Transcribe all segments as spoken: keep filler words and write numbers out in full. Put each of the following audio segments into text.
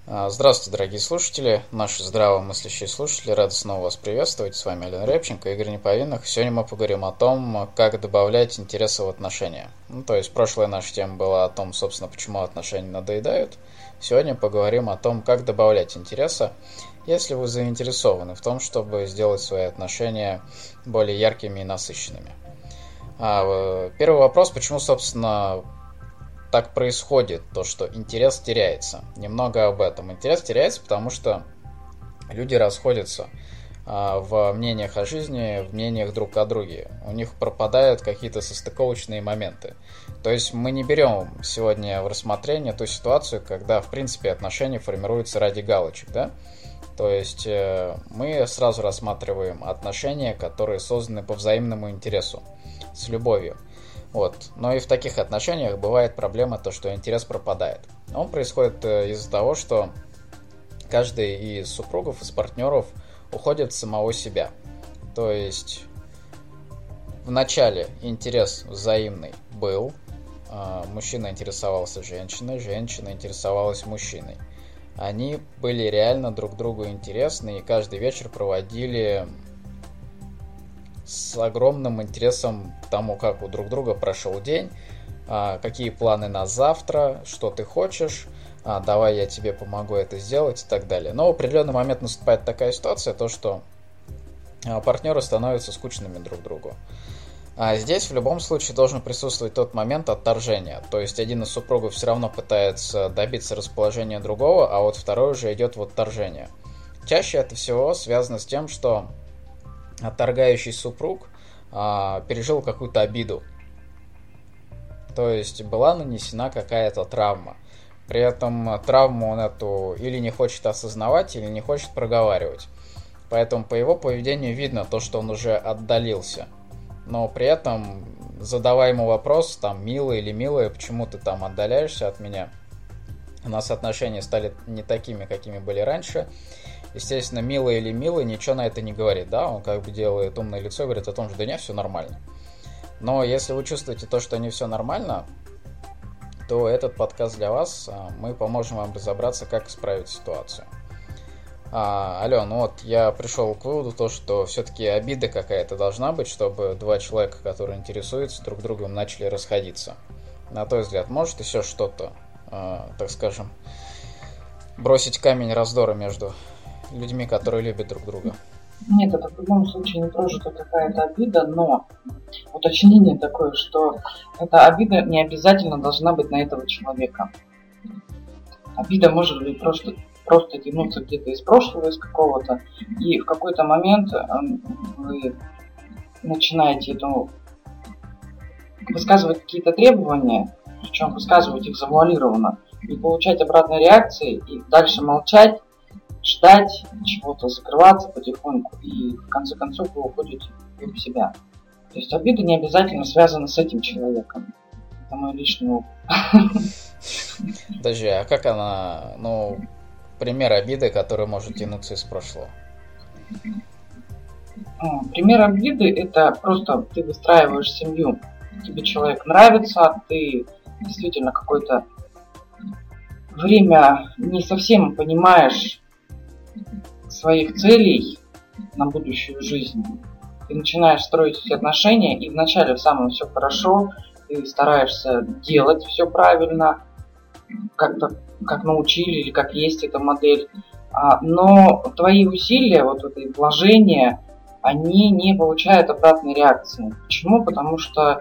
А, Здравствуйте, дорогие слушатели, наши здравомыслящие слушатели. Рад снова вас приветствовать. С вами Ален Рябченко, Игорь Неповинных. Сегодня мы поговорим о том, как добавлять интереса в отношения. Ну, то есть, прошлая наша тема была о том, собственно, почему отношения надоедают. Сегодня поговорим о том, как добавлять интереса, если вы заинтересованы в том, чтобы сделать свои отношения более яркими и насыщенными. А, первый вопрос, почему, собственно, так происходит, то, что интерес теряется. Немного об этом. Интерес теряется, потому что люди расходятся а, в мнениях о жизни, в мнениях друг о друге. У них пропадают какие-то состыковочные моменты. То есть мы не берем сегодня в рассмотрение ту ситуацию, когда, в принципе, отношения формируются ради галочек, да? То есть э, мы сразу рассматриваем отношения, которые созданы по взаимному интересу, с любовью. Вот. Но и в таких отношениях бывает проблема, то, что интерес пропадает. Он происходит из-за того, что каждый из супругов, из партнеров уходит в самого себя. То есть в начале интерес взаимный был. Мужчина интересовался женщиной, женщина интересовалась мужчиной. Они были реально друг другу интересны и каждый вечер проводили с огромным интересом к тому, как у друг друга прошел день, какие планы на завтра, что ты хочешь, давай я тебе помогу это сделать и так далее. Но в определенный момент наступает такая ситуация, то что партнеры становятся скучными друг другу. А здесь в любом случае должен присутствовать тот момент отторжения. То есть один из супругов все равно пытается добиться расположения другого, а вот второй уже идет в отторжение. Чаще это всего связано с тем, что отторгающий супруг а, пережил какую-то обиду. То есть была нанесена какая-то травма. При этом травму он эту или не хочет осознавать, или не хочет проговаривать. Поэтому по его поведению видно то, что он уже отдалился. Но при этом, задавая ему вопрос, там, милый или милая, почему ты там отдаляешься от меня? У нас отношения стали не такими, какими были раньше. Естественно, милый или милый ничего на это не говорит, да, он как бы делает умное лицо и говорит о том, что да нет, все нормально. Но если вы чувствуете то, что не все нормально, то этот подкаст для вас, мы поможем вам разобраться, как исправить ситуацию. А, Ален, ну вот я пришел к выводу, то, что все-таки обида какая-то должна быть, чтобы два человека, которые интересуются друг другом, начали расходиться. На твой взгляд, может еще что-то, э, так скажем, бросить камень раздора между людьми, которые любят друг друга? Нет, это в любом случае не прожита какая-то обида, но уточнение такое, что эта обида не обязательно должна быть на этого человека. Обида может быть просто, просто тянуться где-то из прошлого, из какого-то, и в какой-то момент вы начинаете эту, высказывать какие-то требования, причем высказывать их завуалированно, и получать обратной реакции, и дальше молчать, ждать чего-то, закрываться потихоньку, и в конце концов вы уходите в себя. То есть обида не обязательно связана с этим человеком. Это мой личный опыт. Подожди, а как она, ну, пример обиды, который может тянуться из прошлого? Пример обиды — это просто ты выстраиваешь семью, тебе человек нравится, ты действительно какое-то время не совсем понимаешь своих целей на будущую жизнь. Ты начинаешь строить эти отношения, и вначале в самом все хорошо, ты стараешься делать все правильно, как-то как научили или как есть эта модель. Но твои усилия, вот это вложения, они не получают обратной реакции. Почему? Потому что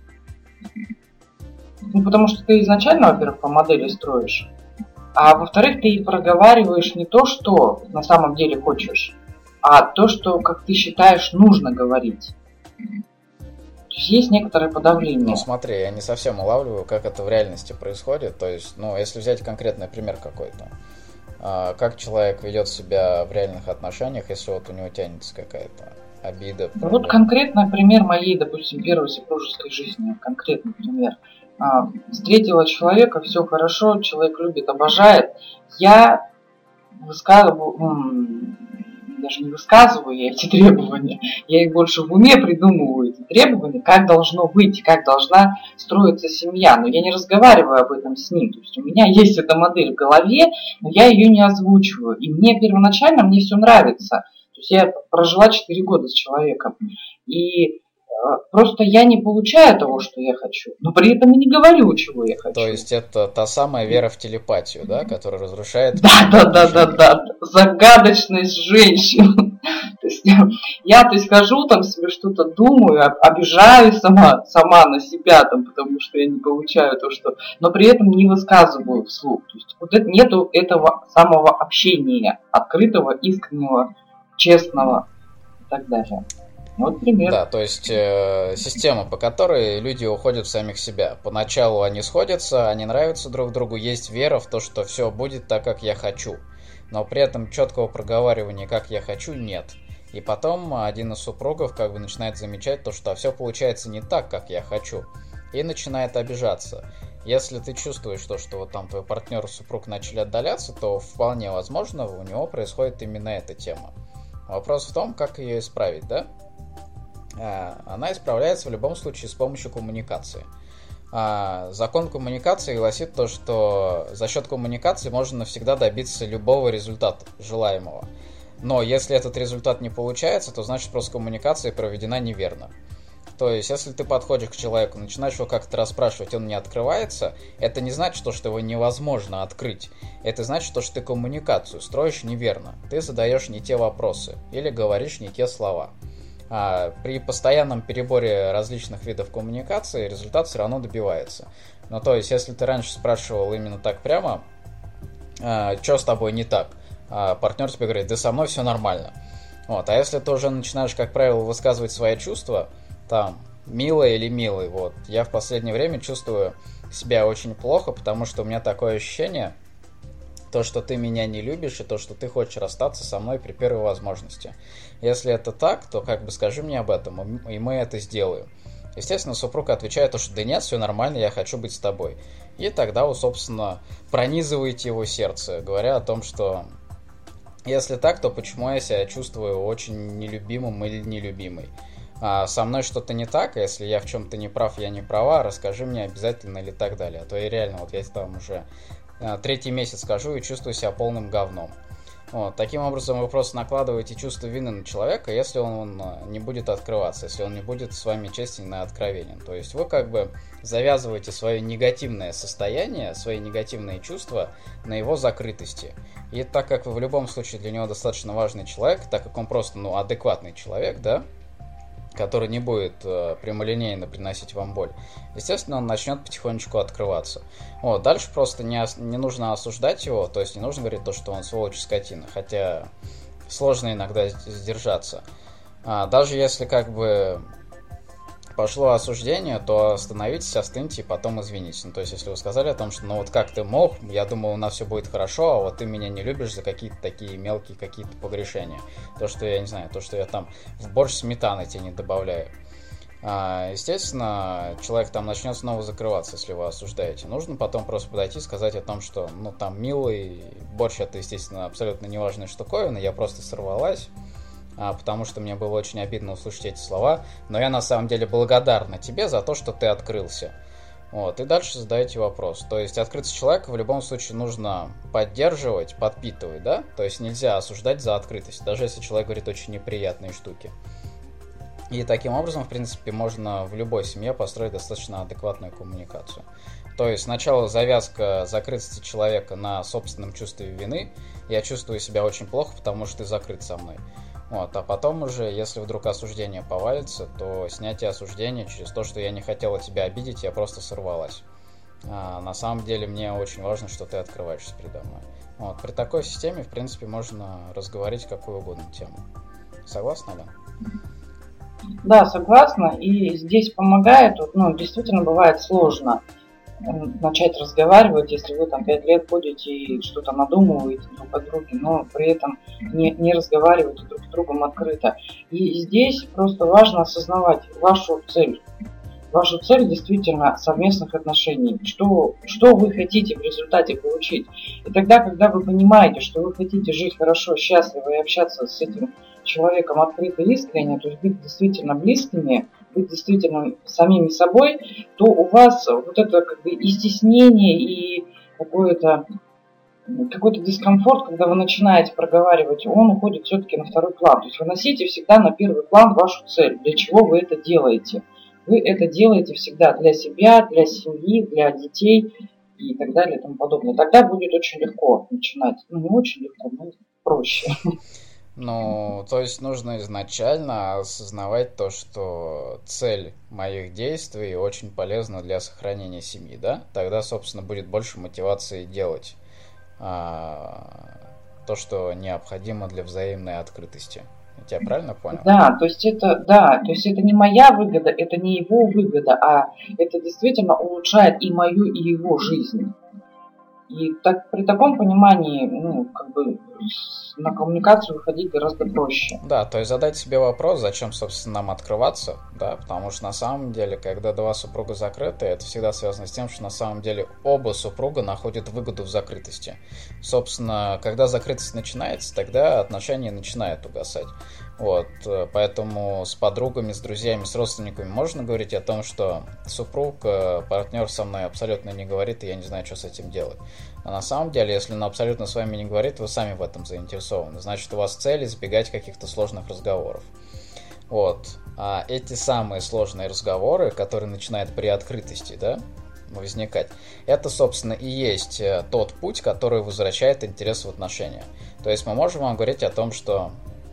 ну, потому что ты изначально, во-первых, по модели строишь, а во-вторых, ты проговариваешь не то, что на самом деле хочешь, а то, что, как ты считаешь, нужно говорить. То есть есть некоторое подавление. Ну смотри, я не совсем улавливаю, как это в реальности происходит. То есть, ну, если взять конкретный пример какой-то. Как человек ведет себя в реальных отношениях, если вот у него тянется какая-то обида? Проблема? Вот конкретно пример моей, допустим, первой супружеской жизни. Конкретный пример. Встретила человека, все хорошо, человек любит, обожает. Я высказываю, даже не высказываю я эти требования, я их больше в уме придумываю, эти требования, как должно быть, как должна строиться семья, но я не разговариваю об этом с ним, то есть у меня есть эта модель в голове, но я ее не озвучиваю, и мне первоначально, мне все нравится, то есть я прожила четыре года с человеком, и просто я не получаю того, что я хочу, но при этом и не говорю, чего я хочу. То есть это та самая вера в телепатию, да, которая разрушает... Да, да, да, да, да, загадочность женщин. То есть я, то есть хожу там себе что-то думаю, обижаюсь сама, сама на себя там, потому что я не получаю то, что... Но при этом не высказываю вслух. То есть вот это, нету этого самого общения, открытого, искреннего, честного и так далее. Вот пример. Да, то есть э, система, по которой люди уходят в самих себя. Поначалу они сходятся, они нравятся друг другу, есть вера в то, что все будет так, как я хочу. Но при этом четкого проговаривания, как я хочу, нет. И потом один из супругов как бы начинает замечать то, что все получается не так, как я хочу. И начинает обижаться. Если ты чувствуешь то, что вот там твой партнер и супруг начали отдаляться, то вполне возможно у него происходит именно эта тема. Вопрос в том, как ее исправить, да? Она исправляется в любом случае с помощью коммуникации. Закон коммуникации гласит то, что за счет коммуникации можно навсегда добиться любого результата желаемого. Но если этот результат не получается, то значит просто коммуникация проведена неверно. То есть, если ты подходишь к человеку, начинаешь его как-то расспрашивать, он не открывается, это не значит, что его невозможно открыть. Это значит, что ты коммуникацию строишь неверно. Ты задаешь не те вопросы или говоришь не те слова. А при постоянном переборе различных видов коммуникации результат все равно добивается. Ну, то есть, если ты раньше спрашивал именно так прямо, а, что с тобой не так, а партнер тебе говорит, да со мной все нормально. Вот. А если ты уже начинаешь, как правило, высказывать свои чувства, там, милый или милый, вот, я в последнее время чувствую себя очень плохо, потому что у меня такое ощущение, то, что ты меня не любишь, и то, что ты хочешь расстаться со мной при первой возможности. Если это так, то как бы скажи мне об этом, и мы это сделаем. Естественно, супруг отвечает, что да нет, все нормально, я хочу быть с тобой. И тогда вы, собственно, пронизываете его сердце, говоря о том, что если так, то почему я себя чувствую очень нелюбимым или нелюбимой? А со мной что-то не так, а если я в чем-то не прав, я не права, расскажи мне обязательно или так далее. А то я реально, вот я там уже третий месяц скажу и чувствую себя полным говном. Вот. Таким образом, вы просто накладываете чувство вины на человека, если он, он не будет открываться, если он не будет с вами честен и откровенен. То есть вы как бы завязываете свое негативное состояние, свои негативные чувства на его закрытости. И так как вы в любом случае для него достаточно важный человек, так как он просто ну, адекватный человек, да, который не будет э, прямолинейно приносить вам боль, естественно, он начнет потихонечку открываться. Вот, дальше просто не, не нужно осуждать его, то есть не нужно говорить то, что он сволочь и скотина, хотя сложно иногда сдержаться. А, даже если как бы пошло осуждение, то остановитесь, остыньте и потом извинитесь. Ну, то есть, если вы сказали о том, что ну вот как ты мог, я думал, у нас все будет хорошо, а вот ты меня не любишь за какие-то такие мелкие какие-то погрешения. То, что я не знаю, то, что я там в борщ сметаны тебе не добавляю. А, естественно, человек там начнет снова закрываться, если вы осуждаете. Нужно потом просто подойти и сказать о том, что ну там милый, борщ это, естественно, абсолютно неважная штуковина, я просто сорвалась. Потому что мне было очень обидно услышать эти слова, но я на самом деле благодарна тебе за то, что ты открылся. Вот, и дальше задаете вопрос. То есть открыться человека в любом случае нужно поддерживать, подпитывать, да? То есть нельзя осуждать за открытость, даже если человек говорит очень неприятные штуки. И таким образом, в принципе, можно в любой семье построить достаточно адекватную коммуникацию. То есть сначала завязка закрытости человека на собственном чувстве вины. Я чувствую себя очень плохо, потому что ты закрыт со мной. Вот, а потом уже, если вдруг осуждение повалится, то снятие осуждения через то, что я не хотела тебя обидеть, я просто сорвалась. А на самом деле мне очень важно, что ты открываешься передо мной. Вот, при такой системе, в принципе, можно разговорить какую угодно тему. Согласна, да? Да, согласна. И здесь помогает, ну, действительно бывает сложно начать разговаривать, если вы там пять лет ходите и что-то надумываете друг о друге, но при этом не, не разговариваете друг с другом открыто. И здесь просто важно осознавать вашу цель. вашу цель действительно совместных отношений, что, что вы хотите в результате получить. И тогда, когда вы понимаете, что вы хотите жить хорошо, счастливо и общаться с этим человеком открыто и искренне, то есть быть действительно близкими, быть действительно самими собой, то у вас вот это как бы и стеснение, и какое-то какой-то дискомфорт, когда вы начинаете проговаривать, он уходит все-таки на второй план. То есть выносите всегда на первый план вашу цель, для чего вы это делаете. Вы это делаете всегда для себя, для семьи, для детей и так далее и тому подобное. Тогда будет очень легко начинать. Ну, не очень легко, но проще. Ну, то есть нужно изначально осознавать то, что цель моих действий очень полезна для сохранения семьи, да? Тогда, собственно, будет больше мотивации делать а, то, что необходимо для взаимной открытости. Я тебя правильно понял? Да, то есть это, да, то есть это не моя выгода, это не его выгода, а это действительно улучшает и мою, и его жизнь. И так, при таком понимании, ну, как бы на коммуникацию выходить гораздо проще. Да, то есть задать себе вопрос, зачем, собственно, нам открываться, да, потому что на самом деле, когда два супруга закрыты, это всегда связано с тем, что на самом деле оба супруга находят выгоду в закрытости. Собственно, когда закрытость начинается, тогда отношения начинают угасать. Вот, поэтому с подругами, с друзьями, с родственниками можно говорить о том, что супруг, партнер со мной абсолютно не говорит, и я не знаю, что с этим делать. А на самом деле, если он абсолютно с вами не говорит, вы сами в этом заинтересованы. Значит, у вас цель избегать каких-то сложных разговоров. Вот. А эти самые сложные разговоры, которые начинают при открытости, да, возникать, это, собственно, и есть тот путь, который возвращает интерес в отношения. То есть мы можем вам говорить о том, что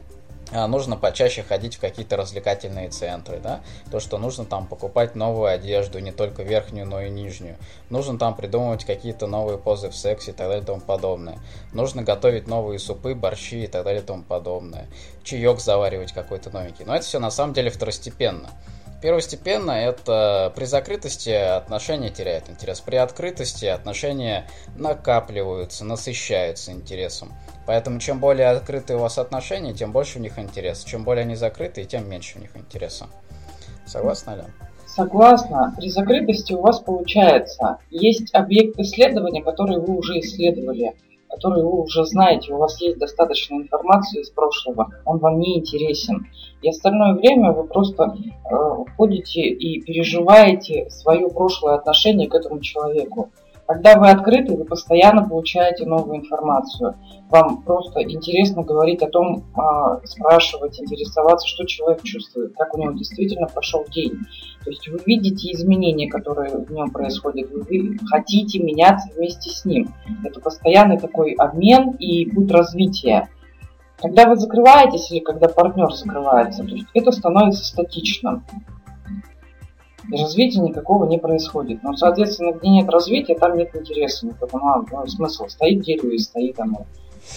нужно почаще ходить в какие-то развлекательные центры, да, то, что нужно там покупать новую одежду, не только верхнюю, но и нижнюю, нужно там придумывать какие-то новые позы в сексе и так далее и тому подобное, нужно готовить новые супы, борщи и так далее и тому подобное, чаек заваривать какой-то новенький, но это все на самом деле второстепенно. Первостепенно это при закрытости отношения теряют интерес, при открытости отношения накапливаются, насыщаются интересом. Поэтому чем более открытые у вас отношения, тем больше в них интереса. Чем более они закрытые, тем меньше в них интереса. Согласна, Лен? Согласна. При закрытости у вас получается, есть объект исследования, который вы уже исследовали, который вы уже знаете, у вас есть достаточно информации из прошлого, он вам не интересен. И остальное время вы просто э, ходите и переживаете свое прошлое отношение к этому человеку. Когда вы открыты, вы постоянно получаете новую информацию. Вам просто интересно говорить о том, спрашивать, интересоваться, что человек чувствует, как у него действительно прошел день. То есть вы видите изменения, которые в нем происходят, вы хотите меняться вместе с ним. Это постоянный такой обмен и путь развития. Когда вы закрываетесь или когда партнер закрывается, то есть это становится статичным. И развития никакого не происходит. Но, соответственно, где нет развития, там нет интереса. Потому ну, смысл стоит дерево и стоит оно.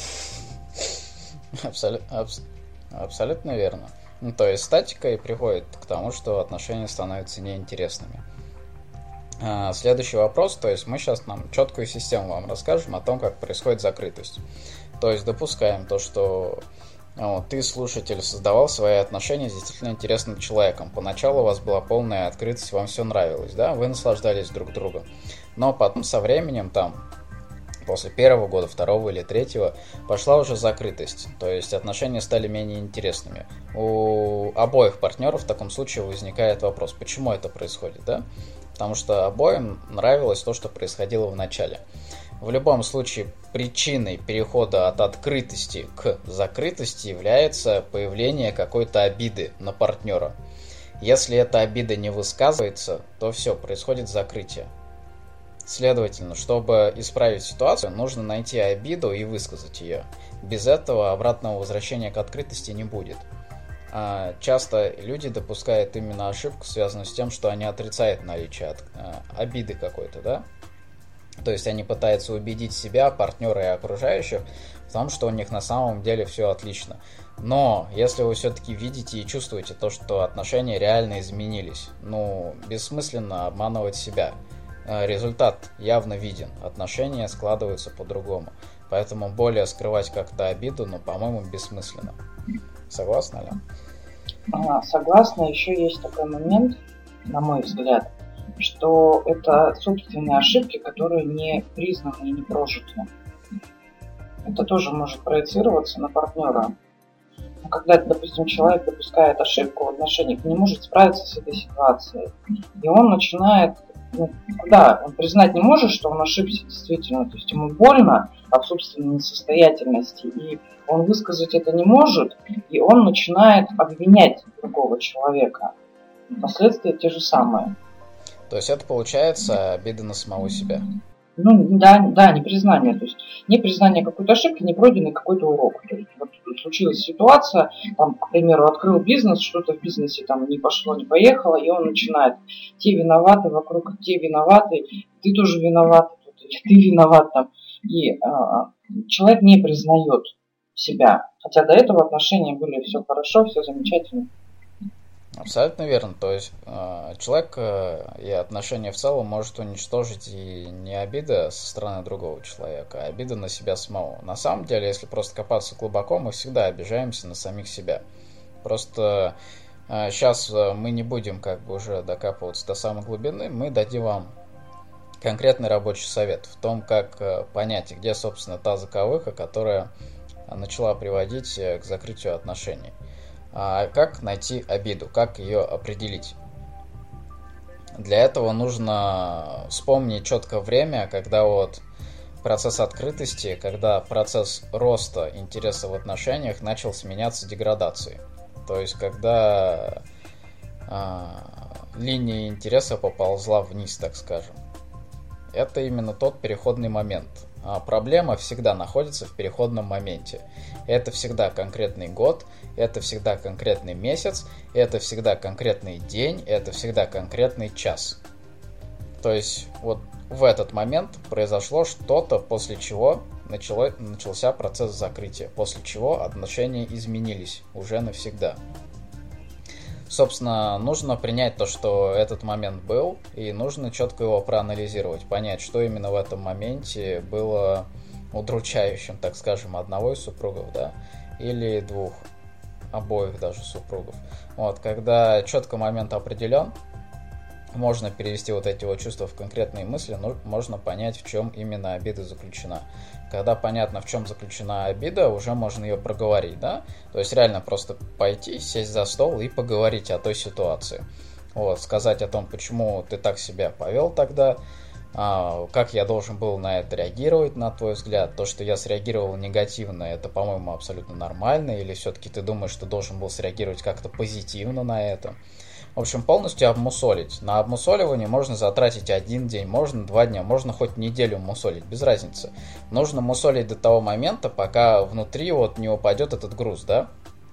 Абсолютно, абс, абсолютно верно. Ну, то есть статика и приводит к тому, что отношения становятся неинтересными. А, следующий вопрос, то есть мы сейчас нам четкую систему вам расскажем о том, как происходит закрытость. То есть допускаем то, что Вот, ты, слушатель, создавал свои отношения с действительно интересным человеком. Поначалу у вас была полная открытость, вам все нравилось, да? Вы наслаждались друг другом. Но потом со временем, там, после первого года, второго или третьего, пошла уже закрытость. То есть отношения стали менее интересными. У обоих партнеров в таком случае возникает вопрос, почему это происходит, да? Потому что обоим нравилось то, что происходило в начале. В любом случае, причиной перехода от открытости к закрытости является появление какой-то обиды на партнера. Если эта обида не высказывается, то все, происходит закрытие. Следовательно, чтобы исправить ситуацию, нужно найти обиду и высказать ее. Без этого обратного возвращения к открытости не будет. А часто люди допускают именно ошибку, связанную с тем, что они отрицают наличие от, а, обиды какой-то, да? То есть они пытаются убедить себя, партнера и окружающих в том, что у них на самом деле все отлично. Но если вы все-таки видите и чувствуете то, что отношения реально изменились, ну, бессмысленно обманывать себя. Результат явно виден, отношения складываются по-другому. Поэтому более скрывать как-то обиду, ну, по-моему, бессмысленно. Согласна ли? А, согласна. Еще есть такой момент. на мой взгляд, что это собственные ошибки, которые не признаны и не прожиты. Это тоже может проецироваться на партнера. Но когда, допустим, человек допускает ошибку в отношениях, не может справиться с этой ситуацией, и он начинает, ну, да, он признать не может, что он ошибся действительно, то есть ему больно от собственной несостоятельности, и он высказать это не может, и он начинает обвинять другого человека. Последствия те же самые. То есть это получается обида на самого себя. Ну да, да, непризнание, то есть непризнание какой-то ошибки, не пройденный какой-то урок. То есть вот случилась ситуация, там, к примеру, открыл бизнес, что-то в бизнесе там не пошло, не поехало, и он начинает: те виноваты вокруг, те виноваты, ты тоже виноват, ты виноват там. И э, человек не признает себя, хотя до этого отношения были все хорошо, все замечательно. Абсолютно верно. То есть человек и отношения в целом может уничтожить и не обида со стороны другого человека, а обида на себя самого. На самом деле, если просто копаться глубоко, мы всегда обижаемся на самих себя. Просто сейчас мы не будем как бы уже докапываться до самой глубины, мы дадим вам конкретный рабочий совет в том, как понять, где, собственно, та заковыка, которая начала приводить к закрытию отношений. А как найти обиду, как ее определить? Для этого нужно вспомнить четко время, когда вот процесс открытости, когда процесс роста интереса в отношениях начал сменяться деградацией. То есть, когда а, линия интереса поползла вниз, так скажем. Это именно тот переходный момент. А проблема всегда находится в переходном моменте. Это всегда конкретный год, это всегда конкретный месяц, это всегда конкретный день, это всегда конкретный час. То есть вот в этот момент произошло что-то, после чего начало, начался процесс закрытия, после чего отношения изменились уже навсегда. Собственно, нужно принять то, что этот момент был, и нужно четко его проанализировать, понять, что именно в этом моменте было удручающим, так скажем, одного из супругов, да, или двух, обоих даже супругов. Вот, когда четко момент определен, можно перевести вот эти вот чувства в конкретные мысли, но можно понять, в чем именно обида заключена. Когда понятно, в чем заключена обида, уже можно ее проговорить, да? То есть реально просто пойти, сесть за стол и поговорить о той ситуации. Вот, сказать о том, почему ты так себя повел тогда, а, как я должен был на это реагировать, на твой взгляд. То, что я среагировал негативно, это, по-моему, абсолютно нормально, или все-таки ты думаешь, что должен был среагировать как-то позитивно на это. В общем, полностью обмусолить. На обмусоливание можно затратить один день, можно два дня, можно хоть неделю мусолить, без разницы. Нужно мусолить до того момента, пока внутри вот не упадет этот груз, да?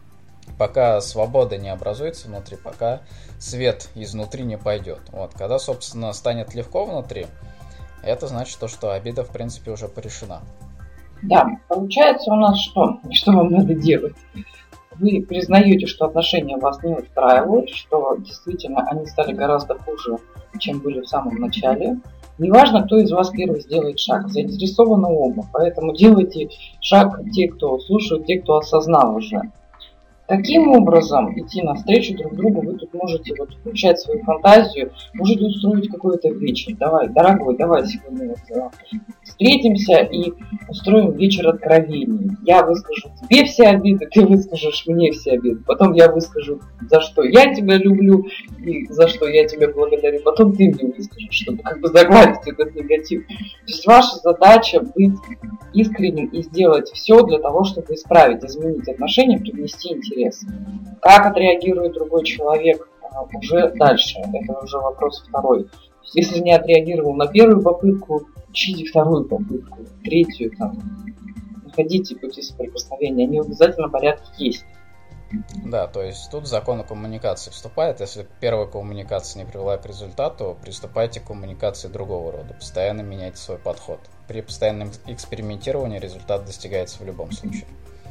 Пока свобода не образуется внутри, пока свет изнутри не пойдет. Вот, когда, собственно, станет легко внутри, это значит то, что обида, в принципе, уже порешена. Да, получается у нас что? Что вам надо делать? Вы признаете, что отношения вас не устраивают, что действительно они стали гораздо хуже, чем были в самом начале. Неважно, кто из вас первый сделает шаг, заинтересованы оба, поэтому делайте шаг те, кто слушают, те, кто осознал уже. Таким образом, идти навстречу друг другу, вы тут можете вот включать свою фантазию, можете устроить какой-то вечер. Давай, дорогой, давай сегодня вот встретимся и устроим вечер откровений. Я выскажу тебе все обиды, ты выскажешь мне все обиды. Потом я выскажу, за что я тебя люблю и за что я тебя благодарю. Потом ты мне выскажешь, чтобы как бы загладить этот негатив. То есть ваша задача быть искренним и сделать все для того, чтобы исправить, изменить отношения, привнести интерес. Как отреагирует другой человек уже дальше, это уже вопрос второй. Если не отреагировал на первую попытку, ищите вторую попытку, третью, там, находите пути соприкосновения, они в обязательном порядке есть. Да, то есть тут закон коммуникации вступает. Если первая коммуникация не привела к результату, приступайте к коммуникации другого рода. Постоянно меняйте свой подход. При постоянном экспериментировании результат достигается в любом случае.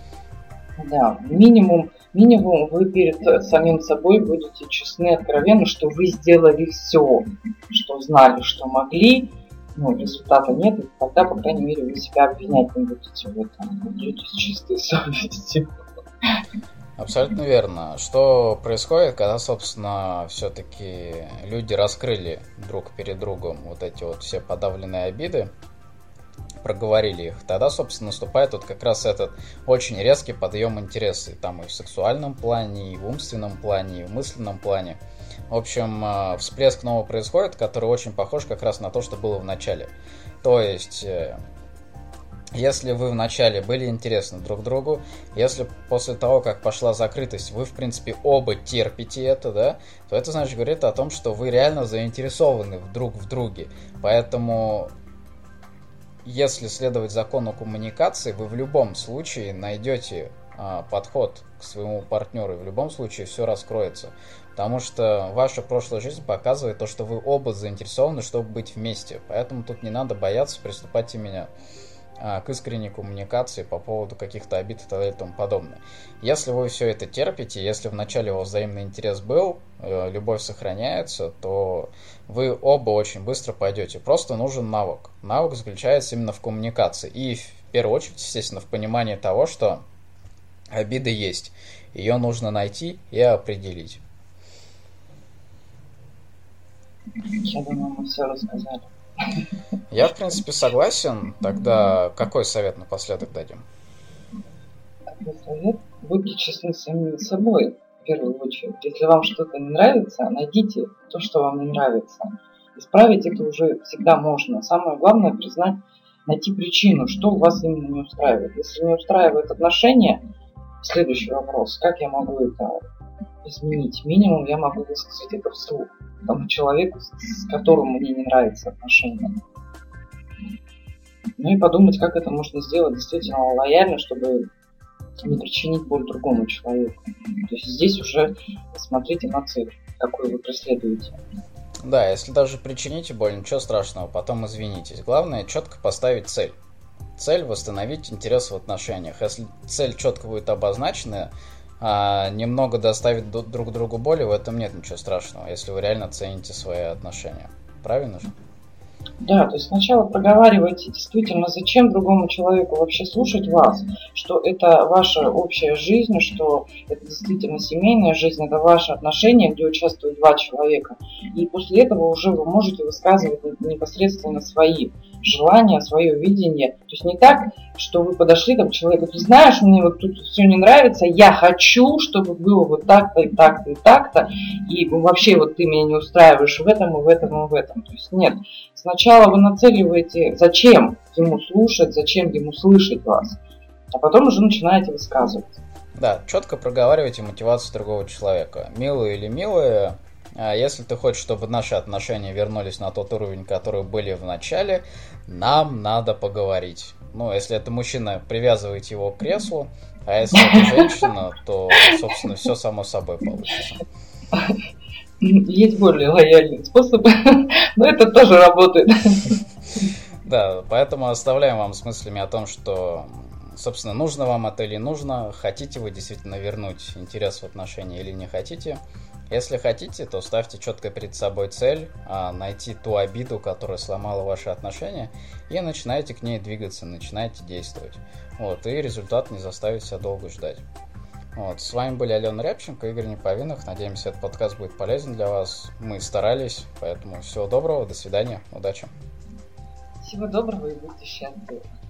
Да, минимум, минимум вы перед самим собой будете честны, откровенны, что вы сделали все, что знали, что могли, ну, результата нет, и тогда, по крайней мере, вы себя обвинять не будете в этом, будете с чистой совестью. Абсолютно верно. Что происходит, когда, собственно, все-таки люди раскрыли друг перед другом вот эти вот все подавленные обиды, проговорили их, тогда, собственно, наступает вот как раз этот очень резкий подъем интереса. И там и в сексуальном плане, и в умственном плане, и в мысленном плане. В общем, всплеск нового происходит, который очень похож как раз на то, что было в начале. То есть, если вы вначале были интересны друг другу, если после того, как пошла закрытость, вы, в принципе, оба терпите это, да, то это, значит, говорит о том, что вы реально заинтересованы друг в друге. Поэтому, если следовать закону коммуникации, вы в любом случае найдете а, подход к своему партнеру, и в любом случае все раскроется. Потому что ваша прошлая жизнь показывает то, что вы оба заинтересованы, чтобы быть вместе. Поэтому тут не надо бояться, приступать именно к искренней коммуникации по поводу каких-то обид и так далее и тому подобное. Если вы все это терпите, если вначале у вас взаимный интерес был, любовь сохраняется, то вы оба очень быстро пойдете. Просто нужен навык. Навык заключается именно в коммуникации. И в первую очередь, естественно, в понимании того, что обида есть. Ее нужно найти и определить. Я думаю, мы все рассказали. Я, в принципе, согласен. Тогда какой совет напоследок дадим? Такой совет: будьте честны с самим собой, в первую очередь. Если вам что-то не нравится, найдите то, что вам не нравится. Исправить это уже всегда можно. Самое главное — признать, найти причину, что у вас именно не устраивает. Если не устраивает отношения, следующий вопрос: как я могу это изменить? Минимум я могу высказать это вслух тому человеку, с которым мне не нравятся отношения. Ну и подумать, как это можно сделать действительно лояльно, чтобы не причинить боль другому человеку. То есть здесь уже смотрите на цель, какую вы преследуете. Да, если даже причините боль, ничего страшного, потом извинитесь. Главное четко поставить цель. Цель — восстановить интерес в отношениях. Если цель четко будет обозначена, а немного доставит друг другу боли, в этом нет ничего страшного, если вы реально цените свои отношения. Правильно же? Да, то есть сначала проговаривайте действительно, зачем другому человеку вообще слушать вас, что это ваша общая жизнь, что это действительно семейная жизнь, это ваши отношения, где участвуют два человека. И после этого уже вы можете высказывать непосредственно свои желания, свое видение. То есть не так, что вы подошли там к человеку: ты знаешь, мне вот тут все не нравится, я хочу, чтобы было вот так-то и так-то и так-то, и вообще вот ты меня не устраиваешь в этом и в этом и в этом. То есть нет. Сначала вы нацеливаете, зачем ему слушать, зачем ему слышать вас, а потом уже начинаете высказывать. Да, четко проговаривайте мотивацию другого человека. Милый или милая, если ты хочешь, чтобы наши отношения вернулись на тот уровень, который были в начале, нам надо поговорить. Ну, если это мужчина, привязывайте его к креслу, а если это женщина, то, собственно, все само собой получится. Есть более лояльные способы, но это тоже работает. Да, поэтому оставляем вам с мыслями о том, что, собственно, нужно вам это или нужно, хотите вы действительно вернуть интерес в отношения или не хотите. Если хотите, то ставьте четко перед собой цель, найти ту обиду, которая сломала ваши отношения, и начинайте к ней двигаться, начинайте действовать. Вот, и результат не заставит себя долго ждать. Вот, с вами были Алена Рябченко, Игорь Неповинных. Надеемся, этот подкаст будет полезен для вас. Мы старались, поэтому всего доброго, до свидания, удачи. Всего доброго и будьте счастливы.